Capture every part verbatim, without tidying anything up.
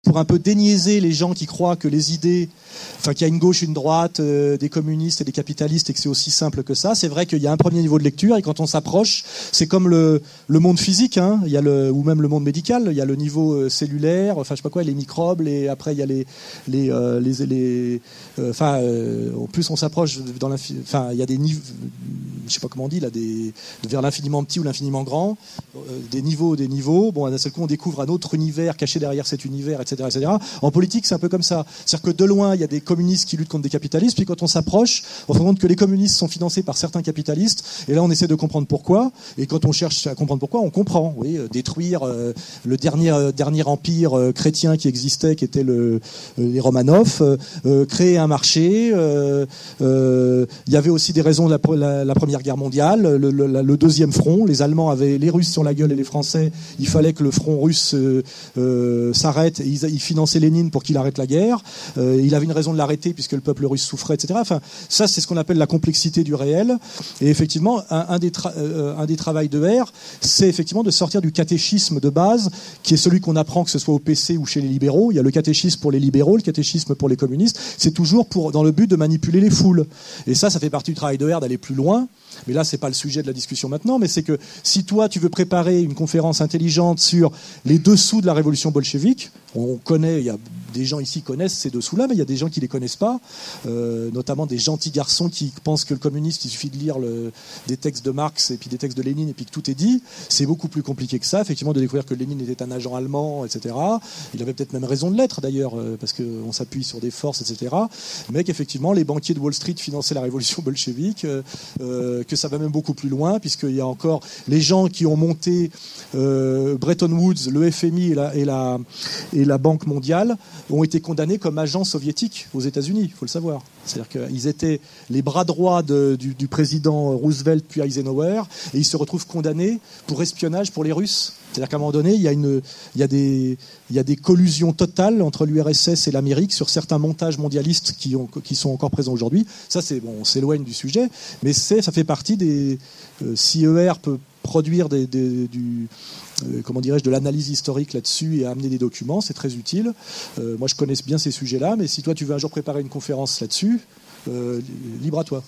pour un peu déniaiser les gens qui croient que les idées, enfin qu'il y a une gauche, une droite, euh, des communistes et des capitalistes et que c'est aussi simple que ça. C'est vrai qu'il y a un premier niveau de lecture et quand on s'approche, c'est comme le, le monde physique, hein, il y a le, ou même le monde médical, il y a le niveau euh, cellulaire, enfin je sais pas quoi, les microbes, les, après il y a les, les, euh, les, les euh, enfin euh, en plus on s'approche dans l'infini, enfin il y a des niveaux, je sais pas comment on dit là, des, vers l'infiniment petit ou l'infiniment grand, euh, des niveaux, des niveaux. Bon, d'un seul coup on découvre un autre univers caché derrière cet univers, et cetera, et cetera. En politique c'est un peu comme ça, c'est-à-dire que de loin il y a des communistes qui luttent contre des capitalistes, puis quand on s'approche, on se rend compte que les communistes sont financés par certains capitalistes, et là on essaie de comprendre pourquoi, et quand on cherche à comprendre pourquoi, on comprend, oui, euh, détruire euh, le dernier, euh, dernier empire euh, chrétien qui existait, qui était le, euh, les Romanov, euh, euh, créer un marché, euh, euh, il y avait aussi des raisons de la, la, la Première Guerre mondiale, le, le, le deuxième front, les Allemands avaient les Russes sur la gueule et les Français, il fallait que le front russe euh, euh, s'arrête, et ils, ils finançaient Lénine pour qu'il arrête la guerre, euh, il avait une raison de l'arrêter puisque le peuple russe souffrait, et cetera. Enfin, ça, c'est ce qu'on appelle la complexité du réel. Et effectivement, un, un des, tra- euh, un des travails de R, c'est effectivement de sortir du catéchisme de base, qui est celui qu'on apprend que ce soit au P C ou chez les libéraux. Il y a le catéchisme pour les libéraux, le catéchisme pour les communistes. C'est toujours pour, dans le but de manipuler les foules. Et ça, ça fait partie du travail de R d'aller plus loin. Mais là, c'est pas le sujet de la discussion maintenant, mais c'est que si toi, tu veux préparer une conférence intelligente sur les dessous de la révolution bolchevique, on connaît, il y a des gens ici qui connaissent ces dessous-là, mais il y a des gens qui les connaissent pas, euh, notamment des gentils garçons qui pensent que le communiste, il suffit de lire le, des textes de Marx et puis des textes de Lénine et puis que tout est dit. C'est beaucoup plus compliqué que ça, effectivement, de découvrir que Lénine était un agent allemand, et cetera. Il avait peut-être même raison de l'être, d'ailleurs, euh, parce qu'on s'appuie sur des forces, et cetera. Mais qu'effectivement, les banquiers de Wall Street finançaient la révolution bolchevique, euh, euh, que ça va même beaucoup plus loin, puisqu'il y a encore les gens qui ont monté euh, Bretton Woods, le F M I et la, et, la, et la Banque mondiale ont été condamnés comme agents soviétiques aux États-Unis, il faut le savoir. C'est-à-dire qu'ils étaient les bras droits de, du, du président Roosevelt puis Eisenhower, et ils se retrouvent condamnés pour espionnage pour les Russes. C'est-à-dire qu'à un moment donné, il y a, une, il y a, des, il y a des collusions totales entre l'U R S S et l'Amérique sur certains montages mondialistes qui, ont, qui sont encore présents aujourd'hui. Ça, c'est bon, on s'éloigne du sujet, mais c'est, ça fait partie des... Euh, si E R peut produire des, des, du... Euh, comment dirais-je, de l'analyse historique là-dessus et amener des documents, c'est très utile. Euh, moi, je connais bien ces sujets-là, mais si toi, tu veux un jour préparer une conférence là-dessus, euh, libre à toi.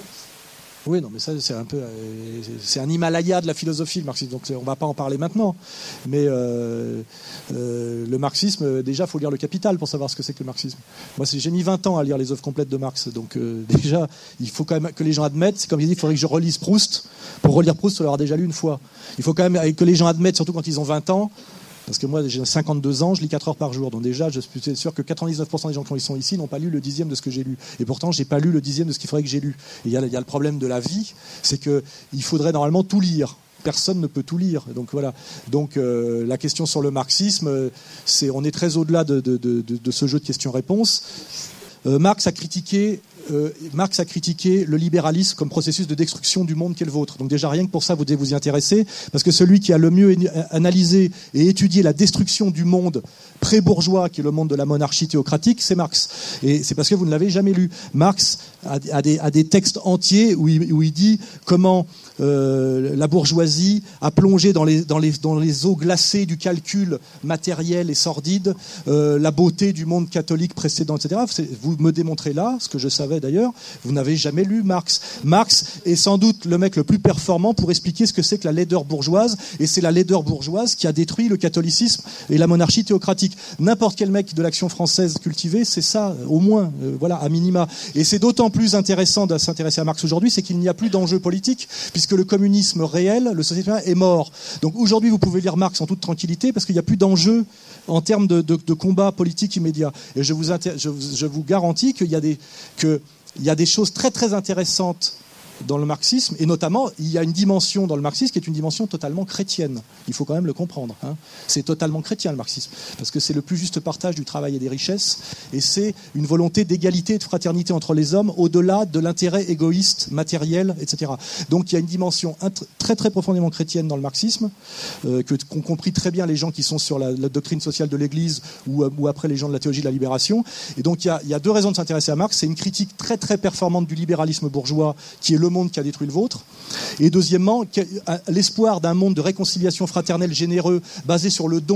Oui, non, mais ça, c'est un peu, euh, c'est un Himalaya de la philosophie, le marxisme. Donc, on ne va pas en parler maintenant. Mais euh, euh, le marxisme, déjà, il faut lire le Capital pour savoir ce que c'est que le marxisme. Moi, j'ai mis vingt ans à lire les œuvres complètes de Marx. Donc, euh, déjà, il faut quand même que les gens admettent. C'est comme il dit, il faudrait que je relise Proust. Pour relire Proust, il faut l'avoir déjà lu une fois. Il faut quand même que les gens admettent, surtout quand ils ont vingt ans. Parce que moi, j'ai cinquante-deux ans, je lis quatre heures par jour. Donc déjà, je suis sûr que quatre-vingt-dix-neuf pour cent des gens qui sont ici n'ont pas lu le dixième de ce que j'ai lu. Et pourtant, j'ai pas lu le dixième de ce qu'il faudrait que j'ai lu. Et il y a, il y a le problème de la vie, c'est qu'il faudrait normalement tout lire. Personne ne peut tout lire. Donc voilà. Donc euh, la question sur le marxisme, c'est, on est très au-delà de, de, de, de, de ce jeu de questions-réponses. Euh, Marx a critiqué... Euh, Marx a critiqué le libéralisme comme processus de destruction du monde qu'est le vôtre. Donc déjà, rien que pour ça, vous devez vous y intéresser, parce que celui qui a le mieux analysé et étudié la destruction du monde pré-bourgeois, qui est le monde de la monarchie théocratique, c'est Marx. Et c'est parce que vous ne l'avez jamais lu. Marx a, a, des, a des textes entiers où il, où il dit comment euh, la bourgeoisie a plongé dans les, dans, les, dans les eaux glacées du calcul matériel et sordide euh, la beauté du monde catholique précédent, et cetera. Vous me démontrez là, ce que je savais d'ailleurs, vous n'avez jamais lu Marx. Marx est sans doute le mec le plus performant pour expliquer ce que c'est que la laideur bourgeoise, et c'est la laideur bourgeoise qui a détruit le catholicisme et la monarchie théocratique. N'importe quel mec de l'Action française cultivée, c'est ça, au moins, euh, voilà, à minima. Et c'est d'autant plus intéressant de s'intéresser à Marx aujourd'hui, c'est qu'il n'y a plus d'enjeu politique, puisque le communisme réel, le socialisme est mort. Donc aujourd'hui, vous pouvez lire Marx en toute tranquillité, parce qu'il n'y a plus d'enjeu en termes de, de, de combat politique immédiat. Et je vous, inter- je, je vous garantis qu'il y a des... Que il y a des choses très très intéressantes dans le marxisme, et notamment, il y a une dimension dans le marxisme qui est une dimension totalement chrétienne. Il faut quand même le comprendre. Hein. C'est totalement chrétien, le marxisme, parce que c'est le plus juste partage du travail et des richesses, et c'est une volonté d'égalité et de fraternité entre les hommes, au-delà de l'intérêt égoïste, matériel, et cetera. Donc il y a une dimension int- très très profondément chrétienne dans le marxisme, euh, que, qu'ont compris très bien les gens qui sont sur la, la doctrine sociale de l'Église, ou, ou après les gens de la théologie de la libération. Et donc il y a, il y a deux raisons de s'intéresser à Marx. C'est une critique très très performante du libéralisme bourgeois, qui est le monde qui a détruit le vôtre, et deuxièmement, l'espoir d'un monde de réconciliation fraternelle généreux basé sur le don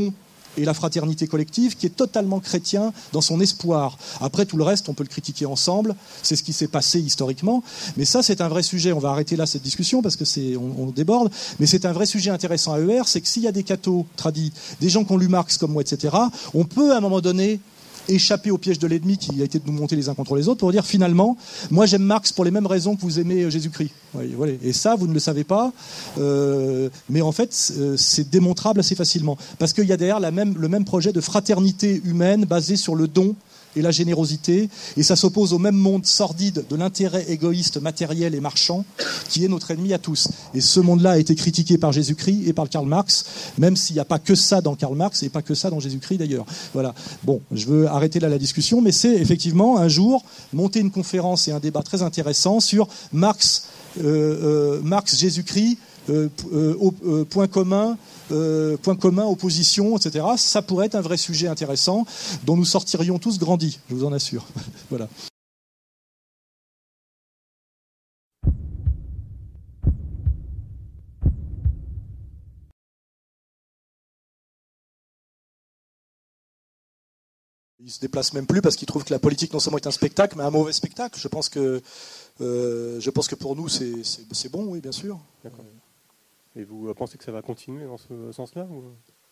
et la fraternité collective, qui est totalement chrétien dans son espoir. Après, tout le reste, on peut le critiquer ensemble, c'est ce qui s'est passé historiquement, mais ça, c'est un vrai sujet. On va arrêter là cette discussion, parce que c'est, on, on déborde, mais c'est un vrai sujet intéressant à E R, c'est que s'il y a des cathos tradis, des gens qui ont lu Marx comme moi, et cetera, on peut, à un moment donné, échapper au piège de l'ennemi qui a été de nous monter les uns contre les autres pour dire finalement, moi j'aime Marx pour les mêmes raisons que vous aimez Jésus-Christ. Voilà. Et ça, vous ne le savez pas, euh, mais en fait, c'est démontrable assez facilement. Parce qu'il y a derrière la même, le même projet de fraternité humaine basé sur le don et la générosité, et ça s'oppose au même monde sordide de l'intérêt égoïste, matériel et marchand, qui est notre ennemi à tous. Et ce monde-là a été critiqué par Jésus-Christ et par Karl Marx, même s'il n'y a pas que ça dans Karl Marx et pas que ça dans Jésus-Christ d'ailleurs. Voilà. Bon, je veux arrêter là la discussion, mais c'est effectivement un jour monter une conférence et un débat très intéressant sur Marx, euh, euh, Marx, Jésus-Christ, euh, euh, euh, point commun. Euh, point commun, opposition, et cetera. Ça pourrait être un vrai sujet intéressant dont nous sortirions tous grandis, je vous en assure. Voilà. Il se déplace même plus parce qu'il trouve que la politique non seulement est un spectacle, mais un mauvais spectacle. Je pense que, euh, je pense que pour nous, c'est, c'est, c'est bon, oui, bien sûr. D'accord. Et vous pensez que ça va continuer dans ce sens-là ou...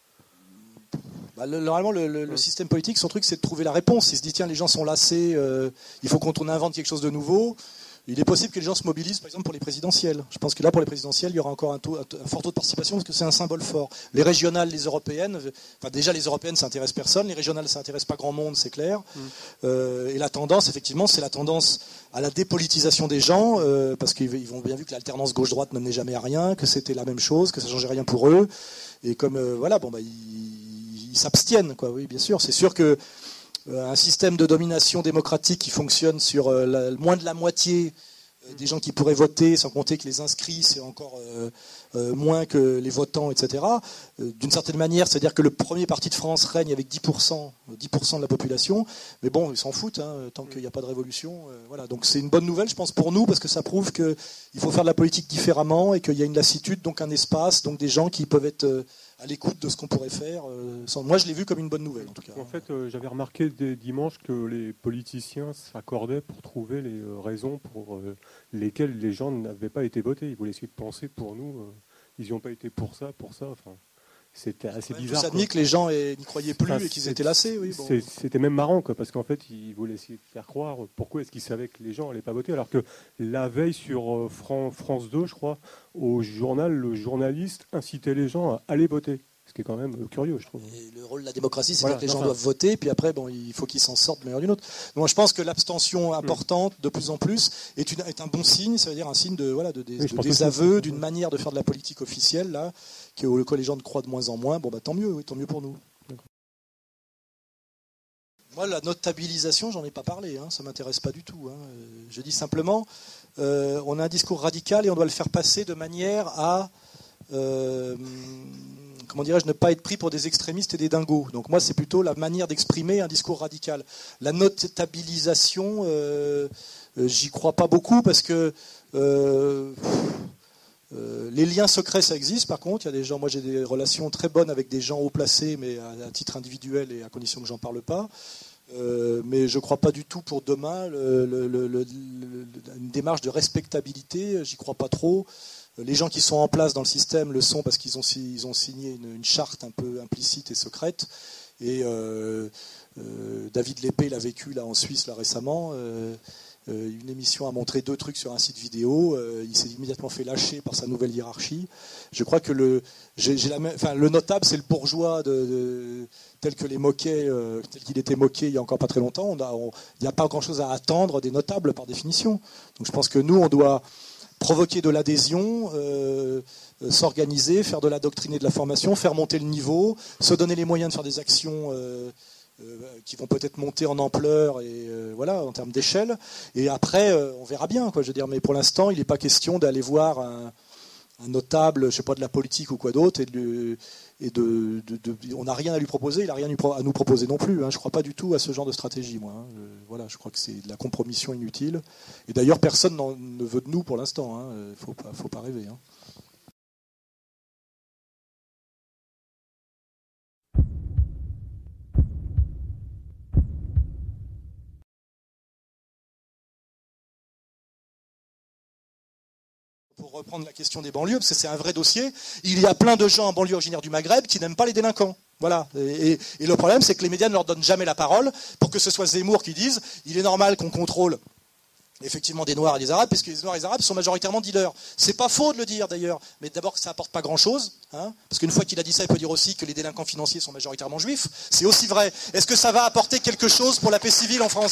Bah, le, normalement, le, le, le système politique, son truc, c'est de trouver la réponse. Il se dit, tiens, les gens sont lassés, euh, il faut qu'on invente quelque chose de nouveau. Il est possible que les gens se mobilisent, par exemple, pour les présidentielles. Je pense que là, pour les présidentielles, il y aura encore un, taux, un fort taux de participation parce que c'est un symbole fort. Les régionales, les européennes, enfin déjà les européennes, ça n'intéresse personne. Les régionales, ça n'intéresse pas grand monde, c'est clair. Mmh. Euh, et la tendance, effectivement, c'est la tendance à la dépolitisation des gens, euh, parce qu'ils ont bien vu que l'alternance gauche-droite ne menait jamais à rien, que c'était la même chose, que ça ne changeait rien pour eux. Et comme, euh, voilà, bon, bah, ils, ils s'abstiennent, quoi. Oui, bien sûr. C'est sûr que un système de domination démocratique qui fonctionne sur la, moins de la moitié des gens qui pourraient voter, sans compter que les inscrits, c'est encore euh, euh, moins que les votants, et cetera. Euh, d'une certaine manière, c'est-à-dire que le premier parti de France règne avec dix pour cent, dix pour cent de la population, mais bon, ils s'en foutent, hein, tant qu'il n'y a pas de révolution. Euh, voilà. Donc c'est une bonne nouvelle, je pense, pour nous, parce que ça prouve qu'il faut faire de la politique différemment et qu'il y a une lassitude, donc un espace, donc des gens qui peuvent être... Euh, à l'écoute de ce qu'on pourrait faire. Euh, sans... Moi, je l'ai vu comme une bonne nouvelle, en tout cas. En fait, euh, j'avais remarqué dès dimanche que les politiciens s'accordaient pour trouver les euh, raisons pour euh, lesquelles les gens n'avaient pas été votés. Ils voulaient essayer de penser pour nous. Euh, ils n'y ont pas été pour ça, pour ça. Enfin, c'était assez ouais, bizarre. Ça admis que les gens n'y croyaient plus enfin, et qu'ils étaient lassés. Oui, bon. C'était même marrant, quoi, parce qu'en fait, ils voulaient essayer de faire croire pourquoi est-ce qu'ils savaient que les gens n'allaient pas voter, alors que la veille sur euh, Fran- France deux, je crois, au journal, le journaliste incitait les gens à aller voter. Ce qui est quand même curieux, je trouve. Et le rôle de la démocratie, c'est voilà, que les gens ça. doivent voter, puis après, bon, il faut qu'ils s'en sortent de manière ou d'une autre. Donc, moi, je pense que l'abstention importante, de plus en plus, est, une, est un bon signe, ça veut dire un signe de, voilà, de, de, oui, de désaveu, d'une manière de faire de la politique officielle, là, que, que les gens croient de moins en moins. Bon, bah, tant mieux, oui, tant mieux pour nous. Moi, la notabilisation, j'en ai pas parlé, hein, ça m'intéresse pas du tout. Hein. Je dis simplement, euh, on a un discours radical et on doit le faire passer de manière à... Euh, comment dirais-je, ne pas être pris pour des extrémistes et des dingos. Donc moi, c'est plutôt la manière d'exprimer un discours radical. La notabilisation, euh, euh, j'y crois pas beaucoup parce que euh, euh, les liens secrets, ça existe. Par contre, il y a des gens. Moi, j'ai des relations très bonnes avec des gens haut placés, mais à, à titre individuel et à condition que j'en parle pas. Euh, mais je ne crois pas du tout pour demain le, le, le, le, une démarche de respectabilité. J'y crois pas trop. Les gens qui sont en place dans le système le sont parce qu'ils ont, ils ont signé une, une charte un peu implicite et secrète. Et euh, euh, David Lépée l'a vécu là en Suisse là récemment. Euh, euh, une émission a montré deux trucs sur un site vidéo. Euh, il s'est immédiatement fait lâcher par sa nouvelle hiérarchie. Je crois que le, j'ai, j'ai la même, enfin, le notable, c'est le bourgeois de, de, tel que les moquait, euh, tel qu'il était moqué il y a encore pas très longtemps. Il n'y a pas grand-chose à attendre des notables par définition. Donc je pense que nous, on doit provoquer de l'adhésion, euh, euh, s'organiser, faire de la doctrine et de la formation, faire monter le niveau, se donner les moyens de faire des actions euh, euh, qui vont peut-être monter en ampleur et euh, voilà, en termes d'échelle. Et après, euh, on verra bien, quoi. Je veux dire, mais pour l'instant, il n'est pas question d'aller voir un, un notable, je sais pas, de la politique ou quoi d'autre, et de, et de, de, de on n'a rien à lui proposer, il n'a rien à nous proposer non plus. Hein. Je ne crois pas du tout à ce genre de stratégie, moi. Hein. Je, voilà, je crois que c'est de la compromission inutile. Et d'ailleurs, personne n'en, ne veut de nous pour l'instant. Il hein. ne faut pas, faut pas rêver. Hein. pour reprendre la question des banlieues, parce que c'est un vrai dossier, il y a plein de gens en banlieue originaire du Maghreb qui n'aiment pas les délinquants. Voilà. Et, et, et le problème, c'est que les médias ne leur donnent jamais la parole pour que ce soit Zemmour qui dise il est normal qu'on contrôle effectivement des Noirs et des Arabes, puisque les Noirs et les Arabes sont majoritairement dealers. C'est pas faux de le dire d'ailleurs, mais d'abord que ça apporte pas grand-chose, hein, parce qu'une fois qu'il a dit ça, il peut dire aussi que les délinquants financiers sont majoritairement juifs. C'est aussi vrai. Est-ce que ça va apporter quelque chose pour la paix civile en France ?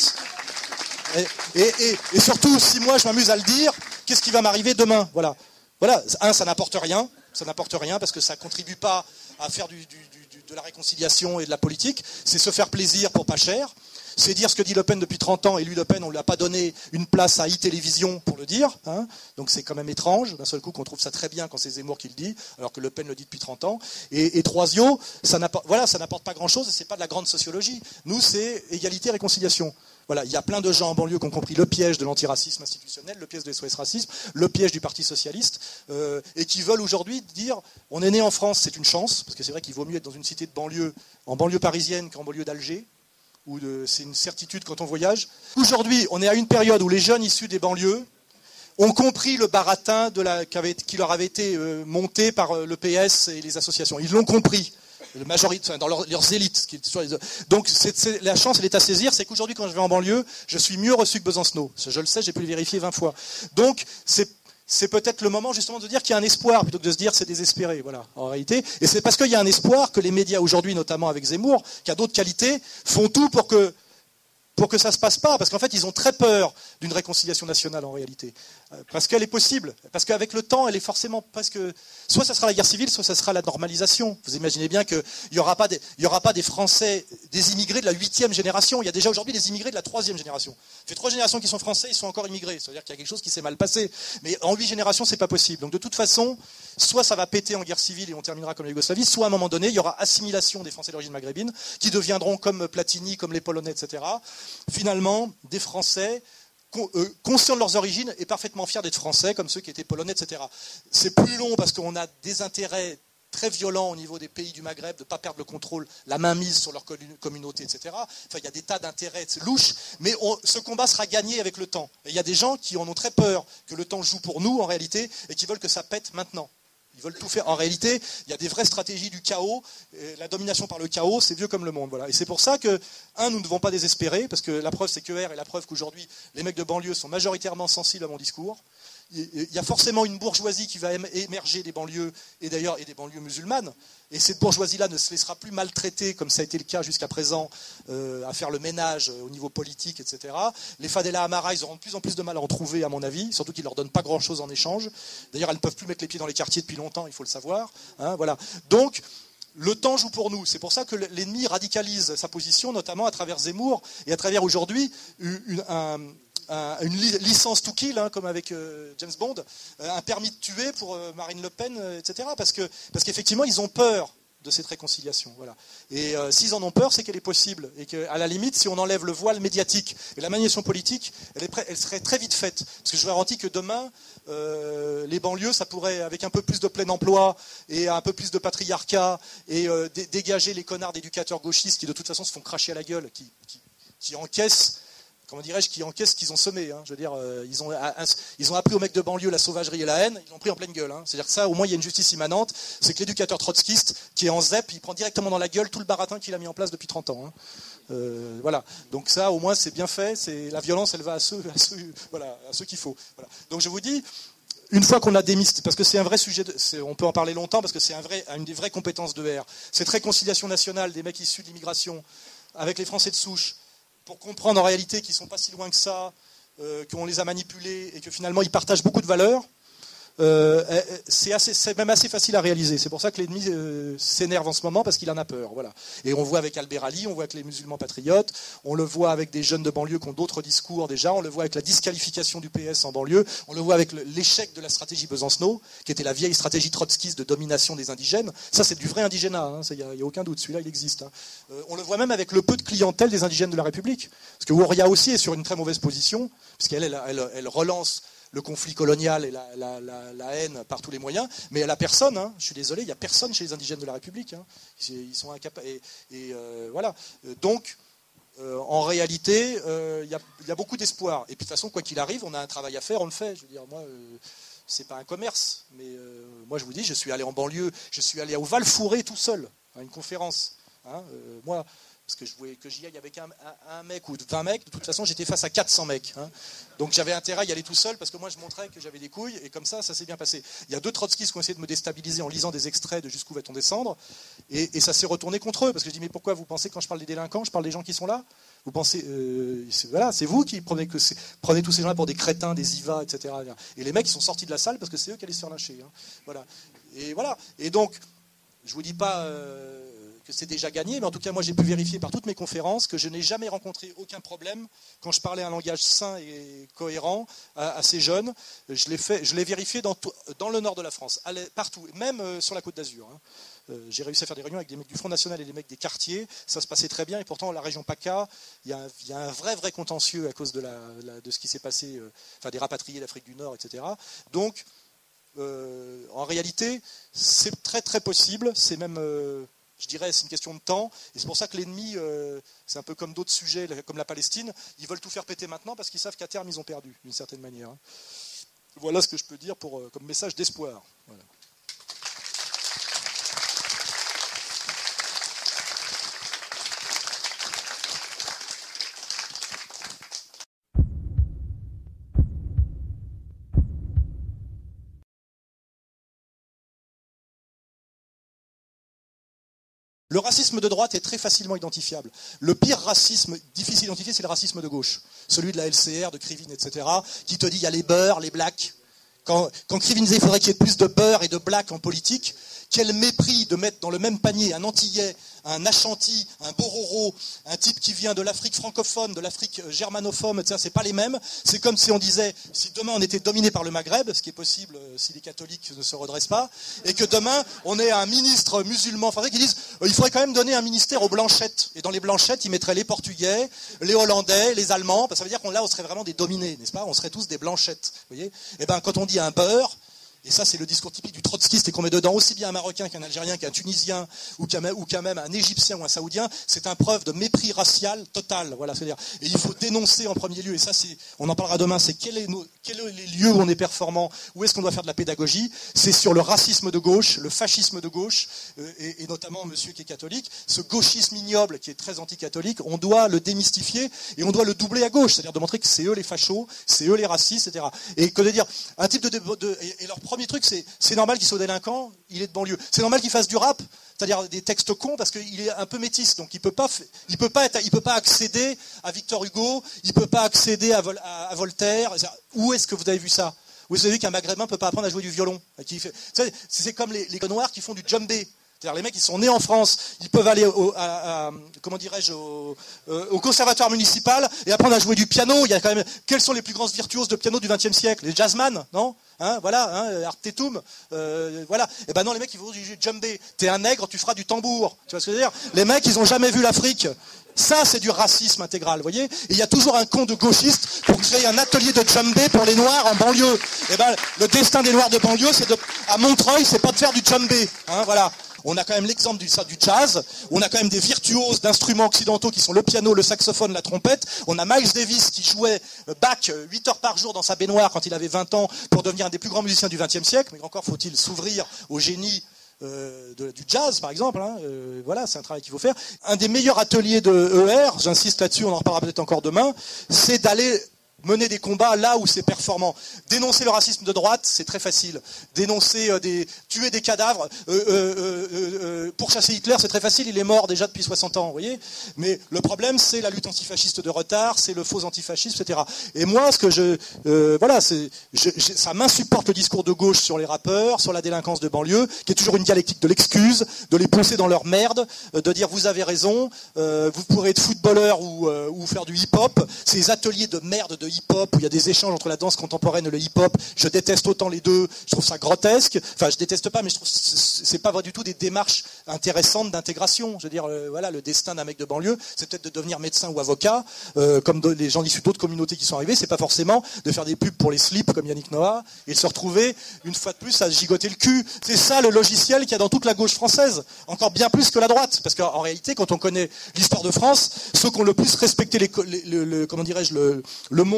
et, et, et, et surtout, si moi je m'amuse à le dire, qu'est-ce qui va m'arriver demain ? Voilà. Voilà. Un, ça n'apporte rien. Ça n'apporte rien parce que ça contribue pas à faire du, du, du, de la réconciliation et de la politique. C'est se faire plaisir pour pas cher. C'est dire ce que dit Le Pen depuis trente ans, et lui, Le Pen, on ne lui a pas donné une place à e-télévision pour le dire. Hein. Donc c'est quand même étrange, d'un seul coup, qu'on trouve ça très bien quand c'est Zemmour qui le dit, alors que Le Pen le dit depuis trente ans. Et, et Troisio, ça n'apporte, voilà, ça n'apporte pas grand-chose, et c'est pas de la grande sociologie. Nous, c'est égalité, réconciliation. Voilà, il y a plein de gens en banlieue qui ont compris le piège de l'antiracisme institutionnel, le piège de S O S Racisme, le piège du Parti Socialiste, euh, et qui veulent aujourd'hui dire, on est né en France, c'est une chance, parce que c'est vrai qu'il vaut mieux être dans une cité de banlieue, en banlieue parisienne qu'en banlieue d'Alger, où de, c'est une certitude quand on voyage. Aujourd'hui, on est à une période où les jeunes issus des banlieues ont compris le baratin de la, qui, avait, qui leur avait été euh, monté par euh, le P S et les associations. Ils l'ont compris. Le majorité, enfin, dans leur, leurs élites. Donc c'est, c'est, la chance, elle est à saisir, c'est qu'aujourd'hui, quand je vais en banlieue, je suis mieux reçu que Besancenot. Je le sais, j'ai pu le vérifier vingt fois. Donc c'est, c'est peut-être le moment justement de dire qu'il y a un espoir, plutôt que de se dire c'est désespéré. Voilà, en réalité. Et c'est parce qu'il y a un espoir que les médias aujourd'hui, notamment avec Zemmour, qui a d'autres qualités, font tout pour que pour que ça ne se passe pas, parce qu'en fait, ils ont très peur d'une réconciliation nationale, en réalité. Parce qu'elle est possible. Parce qu'avec le temps, elle est forcément presque... Soit ça sera la guerre civile, soit ça sera la normalisation. Vous imaginez bien qu'il n'y aura pas des, il y aura pas des Français, des immigrés de la huitième génération. Il y a déjà aujourd'hui des immigrés de la troisième génération. Ça fait trois générations qui sont français, ils sont encore immigrés. C'est-à-dire qu'il y a quelque chose qui s'est mal passé. Mais en huit générations, c'est pas possible. Donc de toute façon, soit ça va péter en guerre civile et on terminera comme la Yougoslavie, soit à un moment donné, il y aura assimilation des Français d'origine maghrébine, qui deviendront comme Platini, comme les Polonais, et cetera. Finalement, des Français conscients de leurs origines et parfaitement fiers d'être Français, comme ceux qui étaient Polonais, et cetera. C'est plus long parce qu'on a des intérêts très violents au niveau des pays du Maghreb, de ne pas perdre le contrôle, la mainmise sur leur communauté, et cetera. Enfin, il y a des tas d'intérêts louches, mais on, ce combat sera gagné avec le temps. Et il y a des gens qui en ont très peur que le temps joue pour nous, en réalité, et qui veulent que ça pète maintenant. Ils veulent tout faire. En réalité, il y a des vraies stratégies du chaos. Et la domination par le chaos, c'est vieux comme le monde. Voilà. Et c'est pour ça que, un, nous ne devons pas désespérer, parce que la preuve, c'est que R est la preuve qu'aujourd'hui, les mecs de banlieue sont majoritairement sensibles à mon discours. Il y a forcément une bourgeoisie qui va émerger des banlieues, et d'ailleurs et des banlieues musulmanes. Et cette bourgeoisie-là ne se laissera plus maltraiter, comme ça a été le cas jusqu'à présent, euh, à faire le ménage au niveau politique, et cetera. Les Fadela Amara, ils auront de plus en plus de mal à en trouver, à mon avis, surtout qu'ils ne leur donnent pas grand-chose en échange. D'ailleurs, elles ne peuvent plus mettre les pieds dans les quartiers depuis longtemps, il faut le savoir. Hein, voilà. Donc, le temps joue pour nous. C'est pour ça que l'ennemi radicalise sa position, notamment à travers Zemmour, et à travers aujourd'hui une, un... une licence to kill, hein, comme avec euh, James Bond, un permis de tuer pour euh, Marine Le Pen, euh, et cetera. Parce que, parce qu'effectivement, ils ont peur de cette réconciliation. Voilà. Et euh, s'ils en ont peur, c'est qu'elle est possible. Et qu'à la limite, si on enlève le voile médiatique et la maniation politique, elle, est prêt, elle serait très vite faite. Parce que je vous garantis que demain, euh, les banlieues, ça pourrait, avec un peu plus de plein emploi et un peu plus de patriarcat, et euh, dé- dégager les connards d'éducateurs gauchistes qui, de toute façon, se font cracher à la gueule, qui, qui, qui encaissent comment dirais-je, qui encaissent ce qu'ils ont semé. Hein. Je veux dire, euh, ils, ont, un, ils ont appris aux mecs de banlieue la sauvagerie et la haine, ils l'ont pris en pleine gueule. Hein. C'est-à-dire que ça, au moins, il y a une justice immanente. C'est que l'éducateur trotskiste, qui est en Z E P, il prend directement dans la gueule tout le baratin qu'il a mis en place depuis trente ans. Hein. Euh, voilà. Donc ça, au moins, c'est bien fait. C'est, la violence, elle va à ceux, à ceux, voilà, à ceux qu'il faut. Voilà. Donc je vous dis, une fois qu'on a démystifié, parce que c'est un vrai sujet, de, c'est, on peut en parler longtemps, parce que c'est un vrai, une des vraies compétences de R. Cette réconciliation nationale des mecs issus de l'immigration avec les Français de souche, pour comprendre en réalité qu'ils ne sont pas si loin que ça, euh, qu'on les a manipulés et que finalement ils partagent beaucoup de valeurs, euh, c'est, assez, c'est même assez facile à réaliser. C'est pour ça que l'ennemi euh, s'énerve en ce moment, parce qu'il en a peur. Voilà. Et on voit avec Albert Ali, on voit avec les musulmans patriotes, on le voit avec des jeunes de banlieue qui ont d'autres discours déjà, on le voit avec la disqualification du P S en banlieue, on le voit avec le, l'échec de la stratégie Besancenot, qui était la vieille stratégie trotskiste de domination des indigènes. Ça, c'est du vrai indigénat, il hein, n'y a, a aucun doute, celui-là il existe. Hein. Euh, on le voit même avec le peu de clientèle des indigènes de la République. Parce que Ouria aussi est sur une très mauvaise position, puisqu'elle elle, elle, elle relance le conflit colonial et la, la, la, la haine par tous les moyens, mais elle a personne, hein, je suis désolé, il n'y a personne chez les indigènes de la République, hein, ils sont incapables, et, et euh, voilà, donc euh, en réalité, il euh, y, y a beaucoup d'espoir, et puis de toute façon, quoi qu'il arrive, on a un travail à faire, on le fait, je veux dire, moi, euh, c'est pas un commerce, mais euh, moi je vous dis, je suis allé en banlieue, je suis allé au Val-Fouré tout seul, à une conférence. Hein, euh, moi, parce que je voulais que j'y aille avec un, un, un mec ou vingt mecs, de toute façon j'étais face à quatre cents mecs. Hein. Donc j'avais intérêt à y aller tout seul, parce que moi je montrais que j'avais des couilles, et comme ça, ça s'est bien passé. Il y a deux trotskistes qui ont essayé de me déstabiliser en lisant des extraits de Jusqu'où va-t-on descendre, et, et ça s'est retourné contre eux, parce que je dis, mais pourquoi vous pensez quand je parle des délinquants, je parle des gens qui sont là? Vous pensez, euh, c'est, voilà, c'est vous qui prenez, que prenez tous ces gens-là pour des crétins, des I V A, et cetera. Et les mecs, ils sont sortis de la salle parce que c'est eux qui allaient se faire lyncher. Hein. Voilà. Et voilà. Et donc, je vous dis pas euh, que c'est déjà gagné, mais en tout cas, moi, j'ai pu vérifier par toutes mes conférences que je n'ai jamais rencontré aucun problème quand je parlais un langage sain et cohérent à, à ces jeunes. Je l'ai fait, je l'ai vérifié dans, tout, dans le nord de la France, partout, même euh, sur la Côte d'Azur. Hein. Euh, j'ai réussi à faire des réunions avec des mecs du Front National et des mecs des quartiers, ça se passait très bien, et pourtant la région PACA, il y a un, il y a un vrai vrai contentieux à cause de, la, la, de ce qui s'est passé, euh, enfin des rapatriés d'Afrique du Nord, et cetera. Donc, euh, en réalité, c'est très très possible, c'est même, euh, je dirais, c'est une question de temps, et c'est pour ça que l'ennemi, euh, c'est un peu comme d'autres sujets, comme la Palestine, ils veulent tout faire péter maintenant parce qu'ils savent qu'à terme ils ont perdu, d'une certaine manière. Hein. Voilà ce que je peux dire pour, euh, comme message d'espoir. Voilà. Le racisme de droite est très facilement identifiable. Le pire racisme difficile à identifier, c'est le racisme de gauche. Celui de la L C R, de Krivine, et cetera, qui te dit il y a les beurs, les blacks. Quand, quand Krivine disait il faudrait qu'il y ait plus de beurre et de black en politique, quel mépris de mettre dans le même panier un Antillais, un Ashanti, un Bororo, un type qui vient de l'Afrique francophone, de l'Afrique germanophone, et cetera. C'est pas les mêmes. C'est comme si on disait, si demain on était dominé par le Maghreb, ce qui est possible si les catholiques ne se redressent pas, et que demain on ait un ministre musulman français qui dise, il faudrait quand même donner un ministère aux blanchettes. Et dans les blanchettes, ils mettraient les Portugais, les Hollandais, les Allemands, parce que ça veut dire qu'on là, on serait vraiment des dominés, n'est-ce pas? On serait tous des blanchettes. Vous voyez? Et ben, quand on dit un beurre, et ça, c'est le discours typique du trotskiste, et qu'on met dedans aussi bien un Marocain qu'un Algérien, qu'un Tunisien, ou qu'un, ou qu'un même un Égyptien ou un Saoudien, c'est un preuve de mépris racial total. Voilà, c'est-à-dire, et il faut dénoncer en premier lieu, et ça, c'est, on en parlera demain, c'est quels est nos, quels sont les lieux où on est performant, où est-ce qu'on doit faire de la pédagogie, c'est sur le racisme de gauche, le fascisme de gauche, euh, et, et notamment monsieur qui est catholique, ce gauchisme ignoble qui est très anticatholique, on doit le démystifier, et on doit le doubler à gauche, c'est-à-dire de montrer que c'est eux les fachos, c'est eux les racistes, et cetera. Et que de dire, un type de, de, de et, et leur premier truc, c'est c'est normal qu'il soit délinquant, il est de banlieue. C'est normal qu'il fasse du rap, c'est-à-dire des textes cons, parce qu'il est un peu métis, donc il peut pas, il peut pas être, il peut pas accéder à Victor Hugo, il peut pas accéder à, Vol, à, à Voltaire. Où est-ce que vous avez vu ça? Vous avez vu qu'un Maghrébin peut pas apprendre à jouer du violon? C'est, c'est comme les, les Noirs qui font du djembé. C'est-à-dire les mecs qui sont nés en France, ils peuvent aller au, à, à, comment dirais-je, au, euh, au conservatoire municipal et apprendre à jouer du piano. Il y a quand même, quels sont les plus grands virtuoses de piano du vingtième siècle? Les jazzman, non? Hein, voilà, hein, Artetum, euh, voilà. Et ben non, les mecs ils font du djembé. T'es un nègre, tu feras du tambour. Tu vois ce que je veux dire? Les mecs, ils ont jamais vu l'Afrique. Ça, c'est du racisme intégral, vous voyez? Et il y a toujours un con de gauchiste pour créer un atelier de djembé pour les Noirs en banlieue. Et ben, le destin des Noirs de banlieue, c'est de, à Montreuil, c'est pas de faire du djembé, hein, voilà. On a quand même l'exemple du, du jazz, on a quand même des virtuoses d'instruments occidentaux qui sont le piano, le saxophone, la trompette. On a Miles Davis qui jouait Bach huit heures par jour dans sa baignoire quand il avait vingt ans pour devenir un des plus grands musiciens du vingtième siècle. Mais encore faut-il s'ouvrir au génie euh, de, du jazz, par exemple. Hein. Euh, voilà, c'est un travail qu'il faut faire. Un des meilleurs ateliers de E R, j'insiste là-dessus, on en reparlera peut-être encore demain, c'est d'aller mener des combats là où c'est performant. Dénoncer le racisme de droite, c'est très facile. Dénoncer euh, des, tuer des cadavres, euh, euh, euh, euh, pourchasser Hitler, c'est très facile. Il est mort déjà depuis soixante ans, vous voyez. Mais le problème, c'est la lutte antifasciste de retard, c'est le faux antifascisme, et cetera. Et moi, ce que je, euh, voilà, c'est, je, je, ça m'insupporte le discours de gauche sur les rappeurs, sur la délinquance de banlieue, qui est toujours une dialectique de l'excuse, de les pousser dans leur merde, euh, de dire vous avez raison, euh, vous pourrez être footballeur ou, euh, ou faire du hip-hop. Ces ateliers de merde de hip-hop, où il y a des échanges entre la danse contemporaine et le hip-hop, je déteste autant les deux, je trouve ça grotesque, enfin je déteste pas, mais je trouve que c'est pas du tout des démarches intéressantes d'intégration. Je veux dire, euh, voilà, le destin d'un mec de banlieue, c'est peut-être de devenir médecin ou avocat, euh, comme de, les gens issus d'autres communautés qui sont arrivés, c'est pas forcément de faire des pubs pour les slips comme Yannick Noah, et de se retrouver, une fois de plus, à se gigoter le cul. C'est ça le logiciel qu'il y a dans toute la gauche française, encore bien plus que la droite, parce qu'en réalité, quand on connaît l'histoire de France, ceux qui ont le plus respecté les, les, le, le, comment dirais-je, le, le monde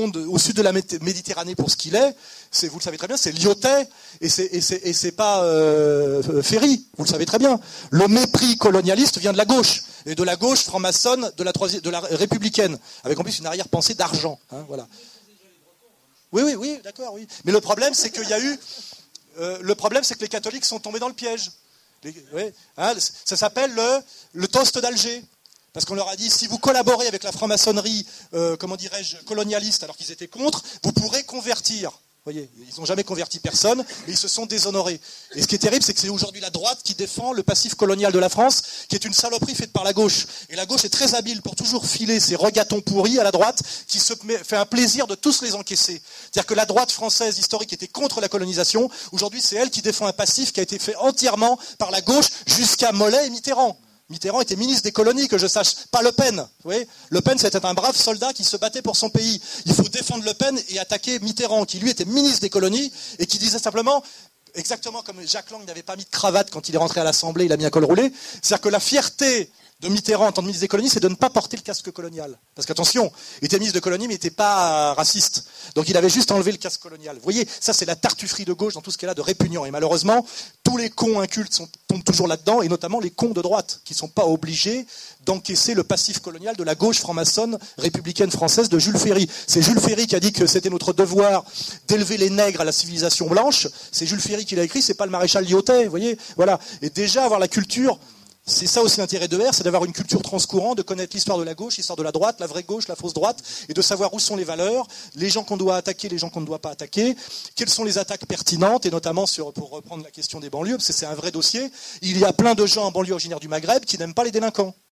monde au sud de la Méditerranée pour ce qu'il est, c'est, vous le savez très bien, c'est Lyotet et c'est, et c'est, et c'est pas euh, Ferry, vous le savez très bien. Le mépris colonialiste vient de la gauche, et de la gauche franc-maçonne, de la, troisième, de la républicaine, avec en plus une arrière-pensée d'argent. Hein, voilà. Oui, oui, oui, d'accord, oui. Mais le problème, c'est qu'il y a eu... Euh, le problème, c'est que les catholiques sont tombés dans le piège. Les, oui, hein, ça s'appelle le, le toast d'Alger. Parce qu'on leur a dit, si vous collaborez avec la franc-maçonnerie, euh, comment dirais-je, colonialiste, alors qu'ils étaient contre, vous pourrez convertir. Vous voyez, ils n'ont jamais converti personne, et ils se sont déshonorés. Et ce qui est terrible, c'est que c'est aujourd'hui la droite qui défend le passif colonial de la France, qui est une saloperie faite par la gauche. Et la gauche est très habile pour toujours filer ses regatons pourris à la droite, qui se fait un plaisir de tous les encaisser. C'est-à-dire que la droite française historique était contre la colonisation, aujourd'hui c'est elle qui défend un passif qui a été fait entièrement par la gauche jusqu'à Mollet et Mitterrand. Mitterrand était ministre des colonies, que je sache, pas Le Pen. Vous voyez, Le Pen, c'était un brave soldat qui se battait pour son pays. Il faut défendre Le Pen et attaquer Mitterrand, qui lui était ministre des colonies et qui disait simplement, exactement comme Jacques Lang n'avait pas mis de cravate quand il est rentré à l'Assemblée, il a mis un col roulé, c'est-à-dire que la fierté de Mitterrand en tant que ministre des colonies, c'est de ne pas porter le casque colonial. Parce qu'attention, il était ministre de colonies, mais il n'était pas raciste. Donc il avait juste enlevé le casque colonial. Vous voyez, ça c'est la tartufferie de gauche dans tout ce qu'elle a de répugnant. Et malheureusement, tous les cons incultes sont, tombent toujours là-dedans, et notamment les cons de droite, qui ne sont pas obligés d'encaisser le passif colonial de la gauche franc-maçonne républicaine française de Jules Ferry. C'est Jules Ferry qui a dit que c'était notre devoir d'élever les nègres à la civilisation blanche. C'est Jules Ferry qui l'a écrit, c'est pas le maréchal Lyotet, vous voyez. Voilà. Et déjà avoir la culture... C'est ça aussi l'intérêt de R, c'est d'avoir une culture transcourant, de connaître l'histoire de la gauche, l'histoire de la droite, la vraie gauche, la fausse droite, et de savoir où sont les valeurs, les gens qu'on doit attaquer, les gens qu'on ne doit pas attaquer, quelles sont les attaques pertinentes, et notamment sur, pour reprendre la question des banlieues, parce que c'est un vrai dossier, il y a plein de gens en banlieue originaire du Maghreb qui n'aiment pas les délinquants.